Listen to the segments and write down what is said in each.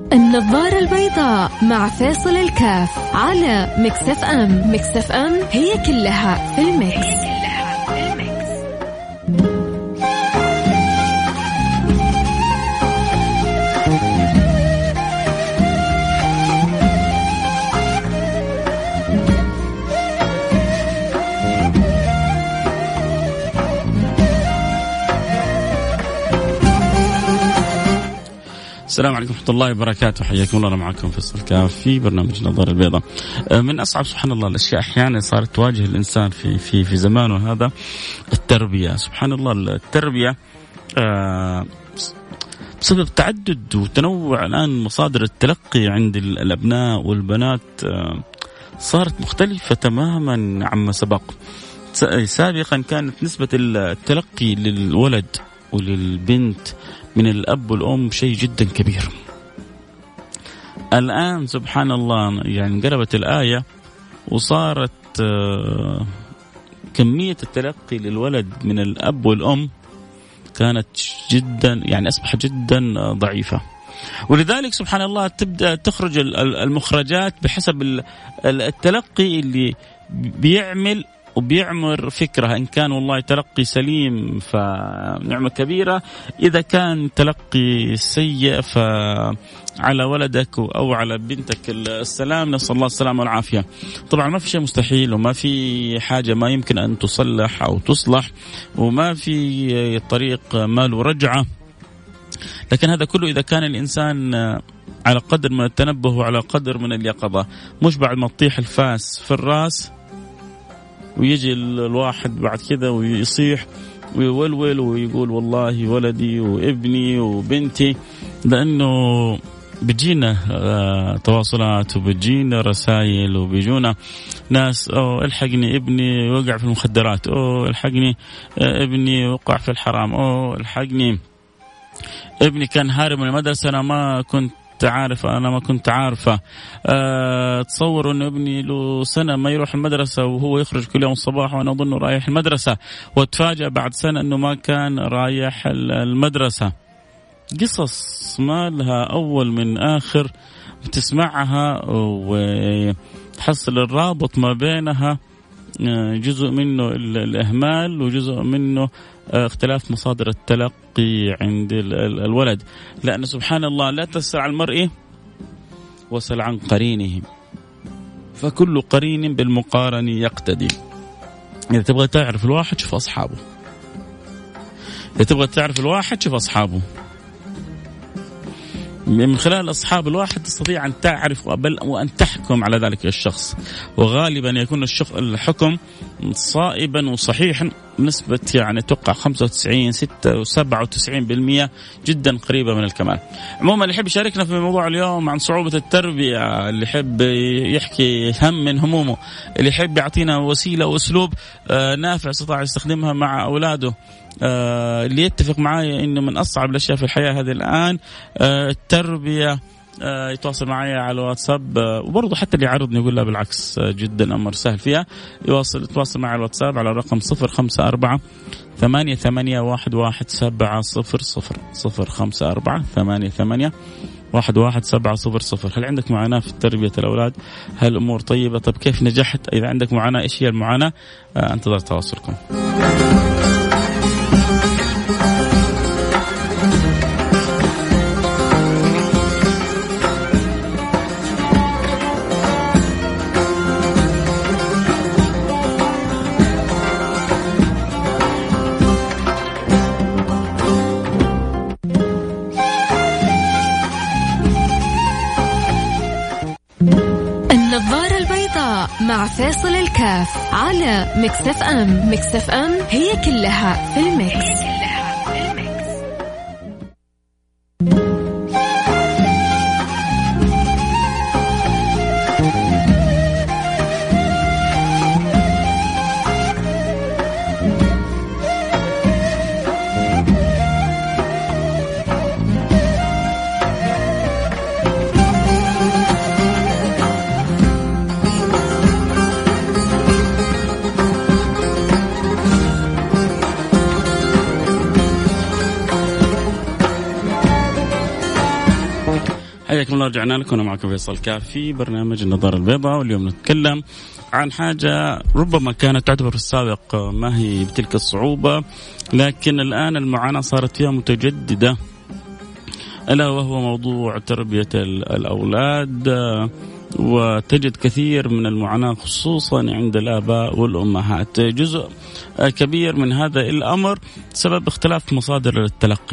النظارة البيضاء مع فاصل الكاف على ميكس اف ام. ميكس اف ام هي كلها في الميكس. السلام عليكم ورحمة الله وبركاته. حياكم الله. أنا معكم فيصل كاف في برنامج النظارة البيضاء. من أصعب سبحان الله الأشياء أحيانا صارت تواجه الإنسان في زمانه هذا التربية. سبحان الله التربية بسبب تعدد وتنوع الآن مصادر التلقي عند الأبناء والبنات صارت مختلفة تماما عما سبق. سابقا كانت نسبة التلقي للولد وللبنت من الأب والأم شيء جدا كبير. الآن سبحان الله يعني انقلبت الآية وصارت كمية التلقي للولد من الأب والأم كانت جدا يعني أصبحت جدا ضعيفة. ولذلك سبحان الله تبدأ تخرج المخرجات بحسب التلقي اللي بيعمل وبيعمر فكرة. إن كان والله تلقي سليم فنعمة كبيرة، إذا كان تلقي سيء فعلى ولدك أو على بنتك السلام. نسأل الله السلامة والعافية. طبعا ما في شيء مستحيل وما في حاجة ما يمكن أن تصلح أو تصلح وما في طريق مال ورجعة، لكن هذا كله إذا كان الإنسان على قدر من التنبه وعلى قدر من اليقظة، مش بعد ما تطيح الفاس في الرأس ويجي الواحد بعد كذا ويصيح ويولول ويقول والله ولدي وابني وبنتي، لأنه بيجينا تواصلات وبيجينا رسائل وبيجونا ناس أو الحقني ابني وقع في المخدرات، أو الحقني ابني وقع في الحرام، أو الحقني ابني كان هارب من المدرسة أنا ما كنت عارفة. تصوروا أن ابني له سنة ما يروح المدرسة وهو يخرج كل يوم الصباح وأنا أظنه رايح المدرسة، وتفاجأ بعد سنة أنه ما كان رايح المدرسة. قصص ما لها أول من آخر بتسمعها وتحصل الرابط ما بينها جزء منه الإهمال وجزء منه اختلاف مصادر التلقي عند الولد. لأن سبحان الله لا تسأل عن المرء وسل عن قرينه، فكل قرين بالمقارن يقتدي. إذا تبغى تعرف الواحد شوف أصحابه، إذا تبغى تعرف الواحد شوف أصحابه. من خلال أصحاب الواحد تستطيع أن تعرف وأن تحكم على ذلك الشخص، وغالبا يكون الحكم صائبا وصحيحا بنسبة يعني توقع 95 6 و97% جدا قريبة من الكمال. عموما اللي يحب يشاركنا في موضوع اليوم عن صعوبة التربية، اللي يحب يحكي هم من همومه، اللي يحب يعطينا وسيلة وأسلوب نافع استطاع يستخدمها مع أولاده، اللي يتفق معايا إنه من أصعب الأشياء في الحياة هذه الآن التربية، يتواصل معي على الواتساب. وبرضه حتى اللي يعرضني يقول لا بالعكس جدا أمر سهل فيها، يتواصل معي على الواتساب على الرقم 054 88 11700 054 88 11700. هل عندك معاناة في تربية الأولاد؟ هل الأمور طيبة؟ طب كيف نجحت؟ إذا عندك معاناة إيش هي المعاناة؟ انتظر تواصلكم. النظارة البيضاء مع فاصل الكاف على ميكس اف ام. ميكس اف ام هي كلها في الميكس. حياكم الله، رجعنا لكم. أنا معكم فيصل كاف في برنامج النظارة البيضاء، واليوم نتكلم عن حاجة ربما كانت تعتبر في السابق ما هي بتلك الصعوبة، لكن الآن المعاناة صارت فيها متجددة، ألا وهو موضوع تربية الأولاد. وتجد كثير من المعاناة خصوصا عند الآباء والأمهات. جزء كبير من هذا الأمر سبب اختلاف مصادر التلقي.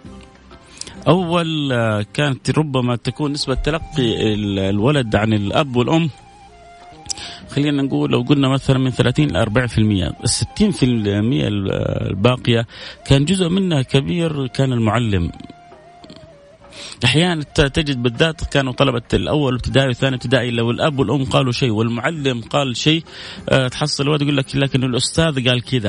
أول كانت ربما تكون نسبة تلقي الولد عن الأب والأم، خلينا نقول لو قلنا مثلا من 30 إلى 40%. 60% الباقية كان جزء منها كبير كان المعلم. أحيانا تجد بالذات كانوا طلبة الأول ابتدائي والثاني ابتدائي، لو الأب والأم قالوا شيء والمعلم قال شيء تحصل الولد يقول لك لكن الأستاذ قال كذا،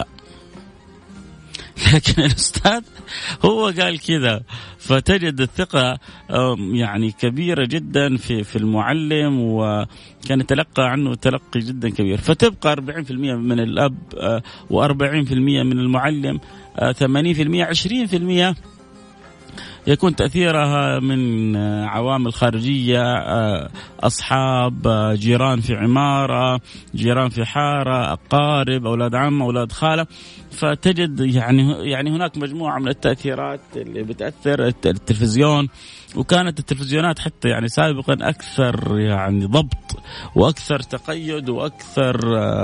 لكن الأستاذ هو قال كذا. فتجد الثقة يعني كبيرة جدا في المعلم، وكان يتلقى عنه تلقي جدا كبير. فتبقى 40% من الأب و40% من المعلم، 80%. 20% يكون تأثيرها من عوامل خارجية، أصحاب، جيران في عمارة، جيران في حارة، أقارب، أولاد عم، أولاد خالة. فتجد يعني هناك مجموعة من التأثيرات اللي بتأثر. التلفزيون، وكانت التلفزيونات حتى يعني سابقا أكثر يعني ضبط وأكثر تقيد وأكثر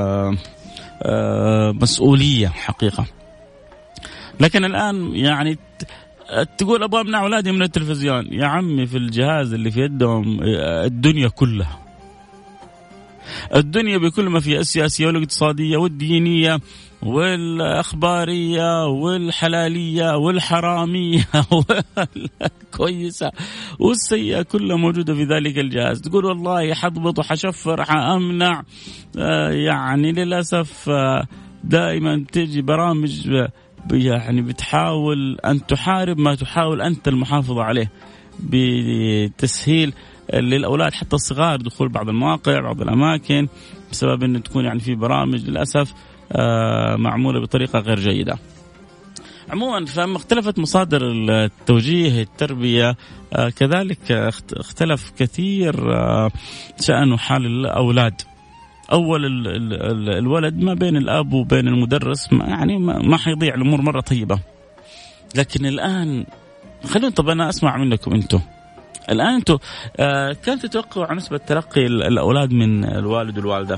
مسؤولية حقيقة. لكن الآن يعني تقول أبغى أمنع أولادي من التلفزيون، يا عمي في الجهاز اللي في يدهم الدنيا كلها، الدنيا بكل ما فيها، السياسية والاقتصادية والدينية والأخبارية والحلالية والحرامية والكويسة والسيئة كلها موجودة في ذلك الجهاز. تقول والله حضبط وحشفر حأمنع، يعني للأسف دائما تجي برامج يعني بتحاول أن تحارب ما تحاول أنت المحافظة عليه، بتسهيل للأولاد حتى الصغار دخول بعض المواقع بعض الأماكن، بسبب أن تكون يعني في برامج للأسف معمولة بطريقة غير جيدة. عموما فما اختلفت مصادر التوجيه التربية، كذلك اختلف كثير شأن وحال الأولاد. أول الولد ما بين الأب وبين المدرس يعني ما حيضيع، الأمور مرة طيبة. لكن الآن طب أنا أسمع منكم أنتم الآن، أنتم كم تتوقعوا عن نسبة تلقي الأولاد من الوالد والوالدة؟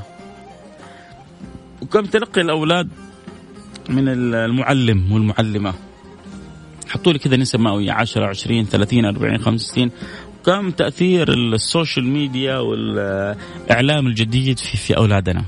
وكم تلقي الأولاد من المعلم والمعلمة؟ حطوا لي كذا نسبة مئوية، 10 20 30 40 65. كم تأثير السوشيال ميديا والإعلام الجديد في أولادنا؟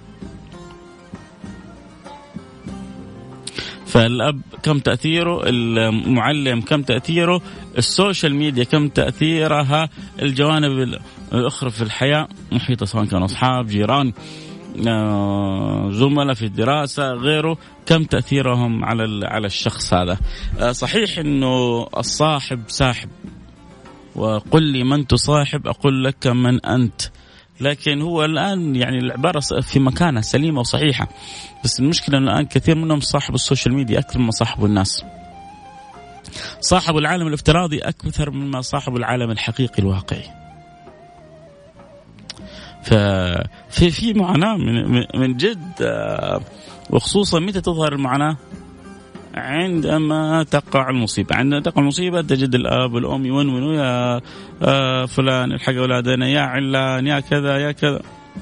فالأب كم تأثيره، المعلم كم تأثيره، السوشيال ميديا كم تأثيرها، الجوانب الأخرى في الحياة محيطة سواء كانوا أصحاب، جيران، زملاء في الدراسة، غيره، كم تأثيرهم على الشخص هذا. صحيح إنه الصاحب ساحب، وقل لي من تصاحب أقول لك من أنت، لكن هو الآن يعني العبارة في مكانها سليمة وصحيحة، بس المشكلة أن الآن كثير منهم صاحبوا السوشيال ميديا أكثر مما صاحبوا الناس، صاحبوا العالم الافتراضي أكثر مما صاحبوا العالم الحقيقي الواقعي. ففي معاناة من جد، وخصوصا متى تظهر المعاناة؟ عندما تقع المصيبة. عندما تقع المصيبة تجد الأب والأم يونونوا، يا فلان الحق أولادنا، يا علان، يا كذا يا كذا.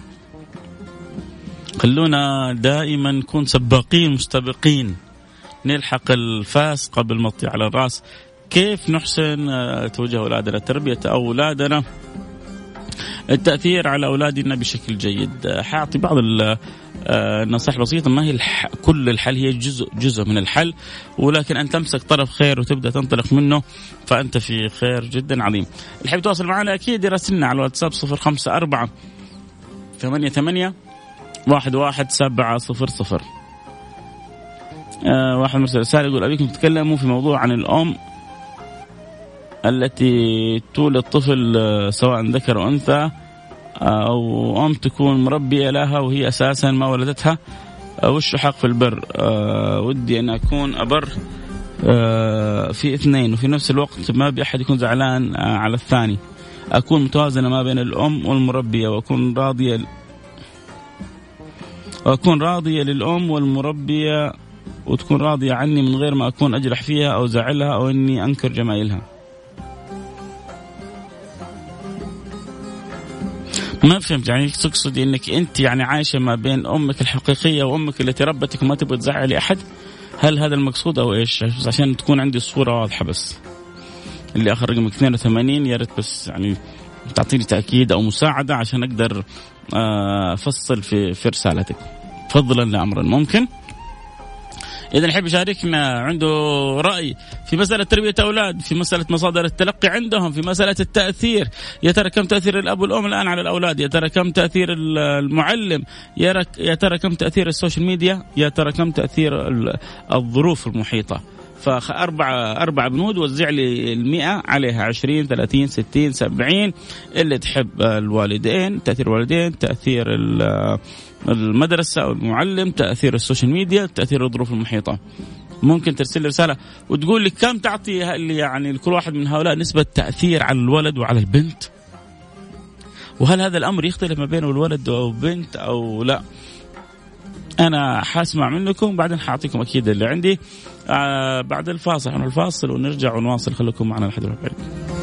خلونا دائما نكون سباقين مستبقين، نلحق الفاس قبل ما تطيح على الرأس. كيف نحسن توجيه أولادنا، تربية أولادنا، التأثير على أولادنا بشكل جيد؟ حاعطي بعض النصائح بسيطة، ما هي كل الحل، هي جزء من الحل، ولكن أن تمسك طرف خير وتبدأ تنطلق منه فأنت في خير جدا عظيم. اللي حاب يتواصل معنا أكيد يراسلنا على الواتساب 054 88 11700. واحد مرسل رسالة يقول أبيكم تتكلموا في موضوع عن الأم التي تولد طفل سواء ذكر أو أنثى، أو أم تكون مربية لها وهي أساسا ما ولدتها، وش حق في البر؟ ودي أن أكون أبر في اثنين، وفي نفس الوقت ما بأحد يكون زعلان على الثاني. أكون متوازنة ما بين الأم والمربية، وأكون راضية للأم والمربية وتكون راضية عني من غير ما أكون أجرح فيها أو زعلها أو إني أنكر جمايلها. ما فهمت يعني تقصد إنك أنت يعني عايشة ما بين أمك الحقيقية وأمك اللي تربتك وما تبغى تزعلي أحد؟ هل هذا المقصود أو إيش؟ عشان تكون عندي الصورة واضحة. بس اللي آخر رقمك 82 يا ريت بس يعني تعطيني تأكيد أو مساعدة عشان أقدر أفصل في رسالتك. فضلا لأمرا ممكن. إذا نحب يشاركنا عنده رأي في مسألة تربية أولاد، في مسألة مصادر التلقي عندهم، في مسألة التأثير، يا ترى كم تأثير الأب والأم الآن على الأولاد، يا ترى كم تأثير المعلم، يا ترى كم تأثير السوشيال ميديا، يا ترى كم تأثير الظروف المحيطة. فأربع بنود وزع لي 100 عليها 20 30 60 70 اللي تحب. الوالدين، تأثير الوالدين، تأثير المدرسة أو المعلم، تأثير السوشيال ميديا، تأثير الظروف المحيطة. ممكن ترسل رسالة وتقول لي كم تعطي يعني لكل واحد من هؤلاء نسبة تأثير على الولد وعلى البنت، وهل هذا الأمر يختلف ما بين الولد أو بنت أو لا. أنا حاسمع منكم بعدين حاعطيكم أكيد اللي عندي بعد الفاصل. نحن الفاصل ونرجع ونواصل. خليكم معنا لحد الوقت.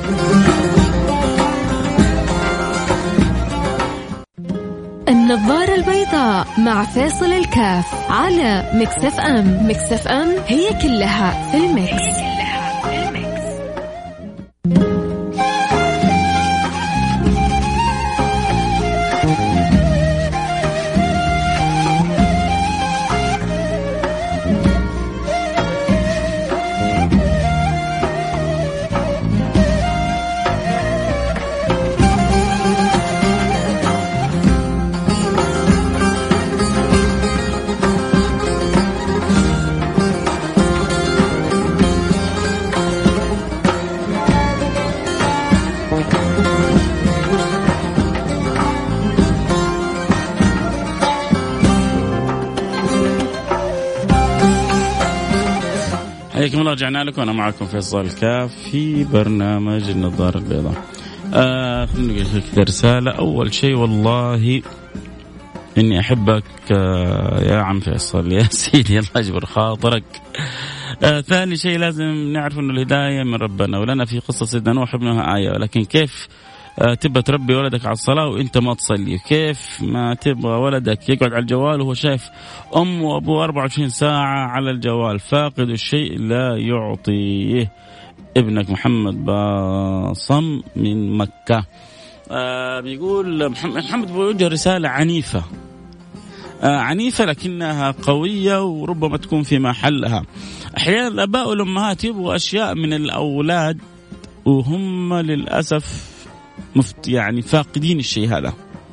النظارة البيضاء مع فاصل الكاف على ميكس اف ام. ميكس اف ام هي كلها في الميكس. حياكم الله. رجعنا لكم أنا معكم فيصل الكاف في برنامج النظارة البيضاء. خلينا نقول كذا رسالة. أول شيء والله إني أحبك يا عم فيصل يا سيدي، الله يجبر خاطرك. ثاني شيء لازم نعرف إنه الهداية من ربنا، ولنا في قصة سيدنا نوح ابنها آية. ولكن كيف تبغى تربي ولدك على الصلاة وإنت ما تصلي؟ كيف ما تبغى ولدك يقعد على الجوال وهو شايف أم وأبوه 24 ساعة على الجوال؟ فاقد الشيء لا يعطيه. ابنك محمد باصم من مكة. بيقول محمد بيوجه رسالة عنيفة عنيفة لكنها قوية وربما تكون في محلها. أحيانا الآباء والأمهات يبغوا أشياء من الأولاد وهم للأسف يعني فاقدين الشيء هذا،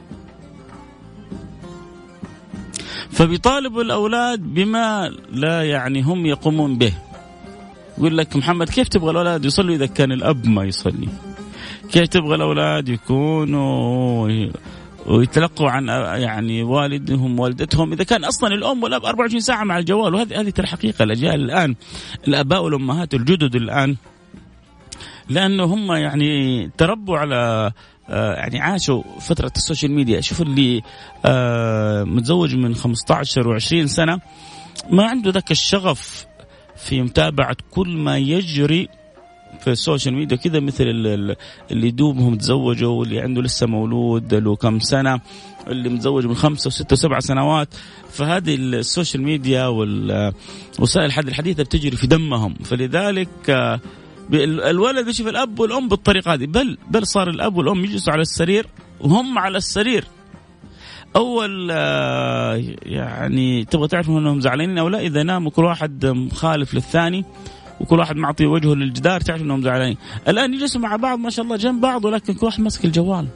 فبيطالبوا الأولاد بما لا يعني هم يقومون به. يقول لك محمد كيف تبغى الأولاد يصلوا إذا كان الأب ما يصلي؟ كيف تبغى الأولاد يكونوا ويتلقوا عن يعني والدهم والدتهم إذا كان أصلا الأم والأب 24 ساعة مع الجوال؟ وهذه ترى حقيقة. الأجيال الآن، الآباء والأمهات الجدد الآن، لأنه هم يعني تربوا على يعني عاشوا فترة السوشيال ميديا. شوفوا اللي متزوج من 15 و20 سنة ما عنده ذاك الشغف في متابعة كل ما يجري في السوشيال ميديا كذا، مثل اللي دوبهم تزوجوا واللي عنده لسه مولود له كم سنة، اللي متزوج من 5 و6 و7 سنوات. فهذه السوشيال ميديا والوسائل الحديثة بتجري في دمهم، فلذلك الولد يشوف الأب والأم بالطريقة هذه. بل صار الأب والأم يجلسوا على السرير وهم على السرير. أول يعني تبغى تعرف أنهم زعلانين أو لا إذا ناموا كل واحد مخالف للثاني وكل واحد معطي وجهه للجدار، تعرف أنهم زعلانين. الآن يجلسوا مع بعض ما شاء الله جنب بعض، ولكن كل واحد ماسك الجوال.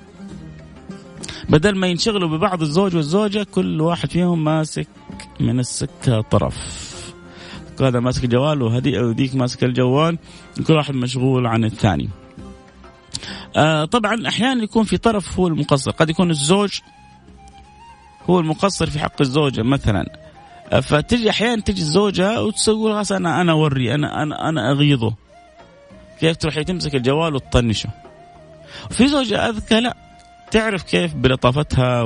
بدل ما ينشغلوا ببعض الزوج والزوجة، كل واحد فيهم ماسك من السكة طرف، هذا ماسك الجوال وذيك ماسك الجوال، كل واحد مشغول عن الثاني. طبعا أحيانا يكون في طرف هو المقصر، قد يكون الزوج هو المقصر في حق الزوجة مثلا. فتجي أحيانا تجي الزوجة وتقول خلاص أنا أوري أنا أغيظه. كيف تروح تمسك الجوال وتطنشه؟ وفي زوجة أذكى لا، تعرف كيف بلطافتها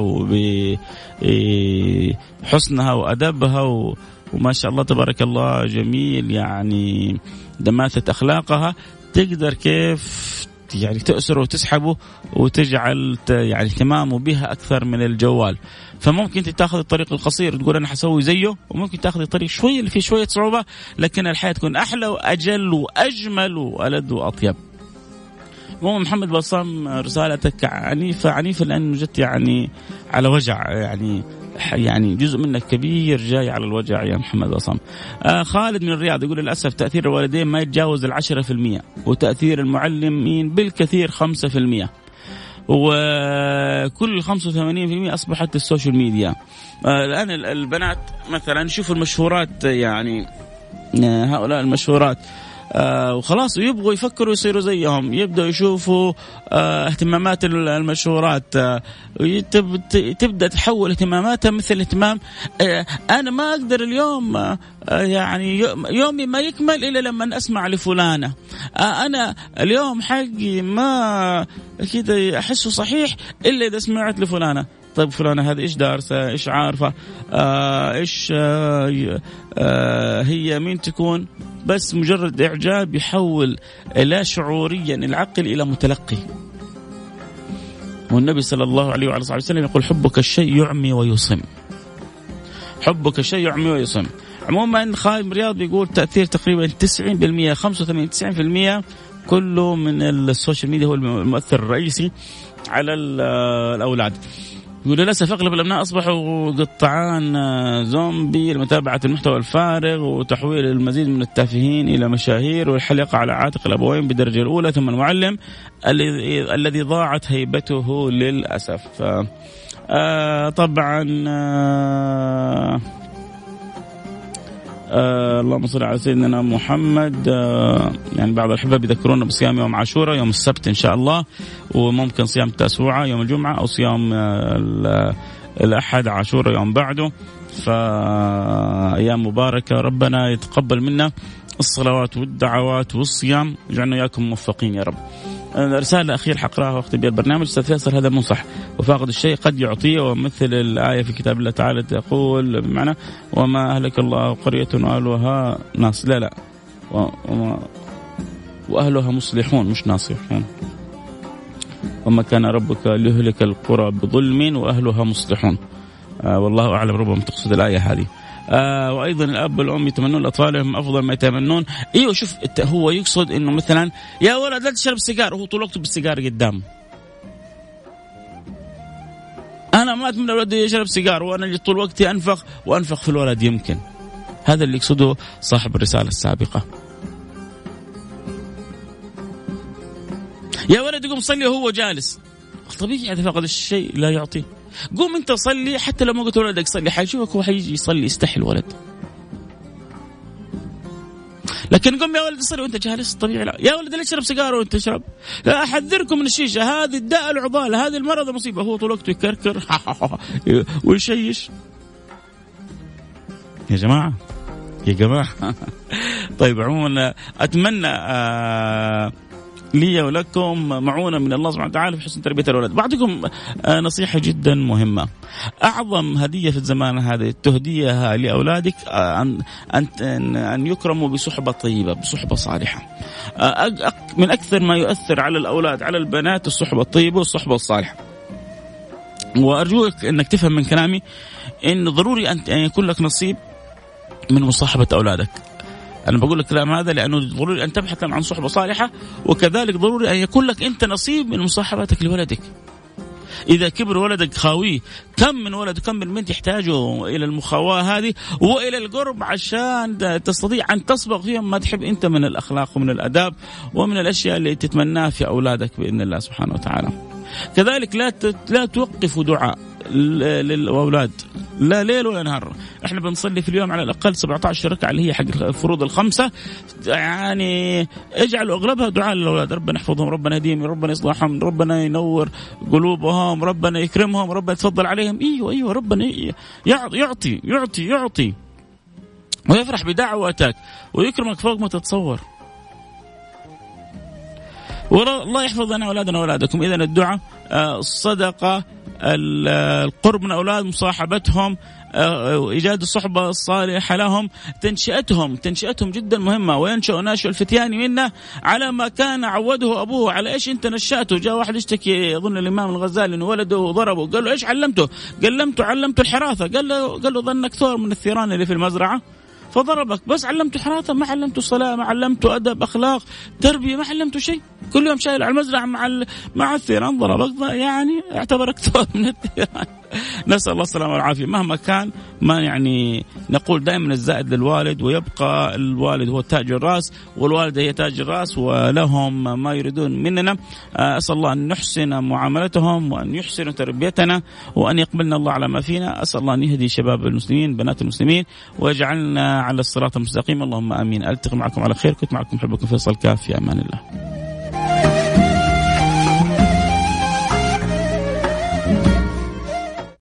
وبحسنها وأدبها وما شاء الله تبارك الله جميل يعني دماثة أخلاقها، تقدر كيف يعني تأسره وتسحبه وتجعل يعني اهتمامه بها أكثر من الجوال. فممكن تاخذ الطريق القصير تقول أنا حسوي زيه، وممكن تاخذ الطريق شوية اللي فيه شوية صعوبة، لكن الحياة تكون أحلى وأجل وأجمل وألذ وأطيب. مو محمد بصام رسالتك عنيفة لأنه جت يعني على وجع، يعني جزء منك كبير جاي على الوجع يا محمد بصام. خالد من الرياض يقول للأسف تأثير الوالدين ما يتجاوز 10%، وتأثير المعلمين بالكثير 5%، وكل 85% أصبحت السوشيال ميديا. الآن البنات مثلا شوفوا المشهورات، يعني هؤلاء المشهورات وخلاص ويبغوا يفكروا يصيروا زيهم، يبدأوا يشوفوا اهتمامات المشهورات، تبدأ تحول اهتماماتها مثل اهتمام أنا ما أقدر اليوم يعني يومي ما يكمل إلا لما أسمع لفلانة، أنا اليوم حقي ما كده أحسه صحيح إلا إذا سمعت لفلانة. طيب فلانة هذه إيش دارسة، إيش عارفة، إيش هي مين تكون؟ بس مجرد إعجاب يحول لا شعوريا العقل إلى متلقي. والنبي صلى الله عليه وعلى صحبه وسلم يقول حبك الشيء يعمي ويصم، حبك الشيء يعمي ويصم. عموما خالد من الرياض بيقول تأثير تقريبا 90%، 85-90% كله من السوشيال ميديا هو المؤثر الرئيسي على الأولاد. يقول للأسف أغلب الأبناء أصبحوا قطعان زومبي لمتابعة المحتوى الفارغ وتحويل المزيد من التافهين إلى مشاهير، والحل يقع على عاتق الأبوين بالدرجة الأولى ثم المعلم الذي ضاعت هيبته للأسف. طبعا اللهم صل على سيدنا محمد. يعني بعض الأحباب يذكرونا بصيام يوم عاشوراء يوم السبت إن شاء الله، وممكن صيام التاسوعة يوم الجمعة، أو صيام الأحد عاشوراء يوم بعده. فأيام مباركة، ربنا يتقبل منا الصلوات والدعوات والصيام، يجعلنا إياكم موفقين يا رب. رسالة أخيرة حقراها وقت البرنامج. أستاذ فيصل هذا مو صح، وفاقد الشيء قد يعطيه، ومثل الآية في كتاب الله تعالى تقول بمعنى وما أهلك الله قرية وأهلها ناس، لا وأهلها مصلحون مش ناصحون. وما كان ربك ليهلك القرى بظلم وأهلها مصلحون. والله أعلم، ربما تقصد الآية هذه. وأيضا الأب والأم يتمنون لأطفالهم أفضل ما يتمنون. إيوه شوف هو يقصد إنه مثلا يا ولد لا تشرب سيجار، وهو طول وقته بالسيجار قدامه. أنا ما أتمنى ولدي يشرب سيجار وأنا طول وقتي أنفخ في الولد. يمكن هذا اللي يقصده صاحب الرسالة السابقة. يا ولد يقوم صلي وهو جالس، طبيعي إذا فقد الشيء لا يعطيه. قوم انت صلي، حتى لو ما قلت ولدك صلي حيشوفك هو حيجي يصلي، يستحي الولد. لكن قوم يا ولد صلي وانت جالس، طبيعي لا. يا ولد لا تشرب سيجاره وانت تشرب، لا احذركم من الشيشه، هذه الداء العضال، هذه المرض مصيبه. هو طول وقته يكركر ويشيش. يا جماعه طيب عموما اتمنى لي ولكم معونة من الله سبحانه وتعالى في حسن تربية الأولاد. بعضكم نصيحة جدا مهمة، أعظم هدية في الزمان هذا تهديها لأولادك أن يكرموا بصحبة طيبة، بصحبة صالحة. من أكثر ما يؤثر على الأولاد على البنات الصحبة الطيبة والصحبة الصالحة. وأرجوك أنك تفهم من كلامي أن ضروري أن يكون لك نصيب من مصاحبة أولادك. أنا بقول لك الكلام هذا لأنه ضروري أن تبحث عن صحبة صالحة، وكذلك ضروري أن يكون لك أنت نصيب من مصاحبتك لولدك. إذا كبر ولدك خاوي، كم من ولد كم من بنت يحتاجوا إلى المخاواة هذه وإلى القرب عشان تستطيع أن تصبغ فيهم ما تحب أنت من الأخلاق ومن الأداب ومن الأشياء اللي تتمناها في أولادك بإذن الله سبحانه وتعالى. كذلك لا توقفوا دعاء للأولاد لا ليل ولا نهار. احنا بنصلي في اليوم على الأقل 17 ركعة اللي هي حق الفروض الخمسة، يعني اجعلوا أغلبها دعاء للأولاد. ربنا يحفظهم، ربنا يهديهم، ربنا يصلحهم، ربنا ينور قلوبهم، ربنا يكرمهم، ربنا يتفضل عليهم. ايوه ربنا يعطي ويفرح بدعوتك ويكرمك فوق ما تتصور. والله يحفظ لنا أولادنا وأولادكم. إذن الدعاء، الصدقة، القرب من أولاد، مصاحبتهم، إيجاد الصحبة الصالحة لهم، تنشئتهم جدا مهمة. وينشأ ناشئ الفتيان منا على ما كان عوده أبوه. على إيش أنت نشأته؟ جاء واحد يشتكي يظن الإمام الغزالي إنه ولده ضربه، قال له إيش علمته؟ علمته الحراثة. قال له ظنك ثور من الثيران اللي في المزرعة فضربك، بس علمته حراثة، ما علمته صلاة، ما علمته أدب، أخلاق، تربية، ما علمته شيء. كل يوم شايل على المزرعة مع الثيران، ضربك، يعني اعتبرك ثور من الثيران. نسأل الله السلامة والعافية. مهما كان، ما يعني نقول دائما الزائد للوالد، ويبقى الوالد هو تاج الرأس والوالدة هي تاج الرأس، ولهم ما يريدون مننا. أسأل الله أن نحسن معاملتهم وأن يحسن تربيتنا وأن يقبلنا الله على ما فينا. أسأل الله أن يهدي شباب المسلمين، بنات المسلمين، ويجعلنا على الصراط المستقيم. اللهم آمين. ألتقي معكم على خير. كنت معكم حبكم فيصل كاف. في أمان الله.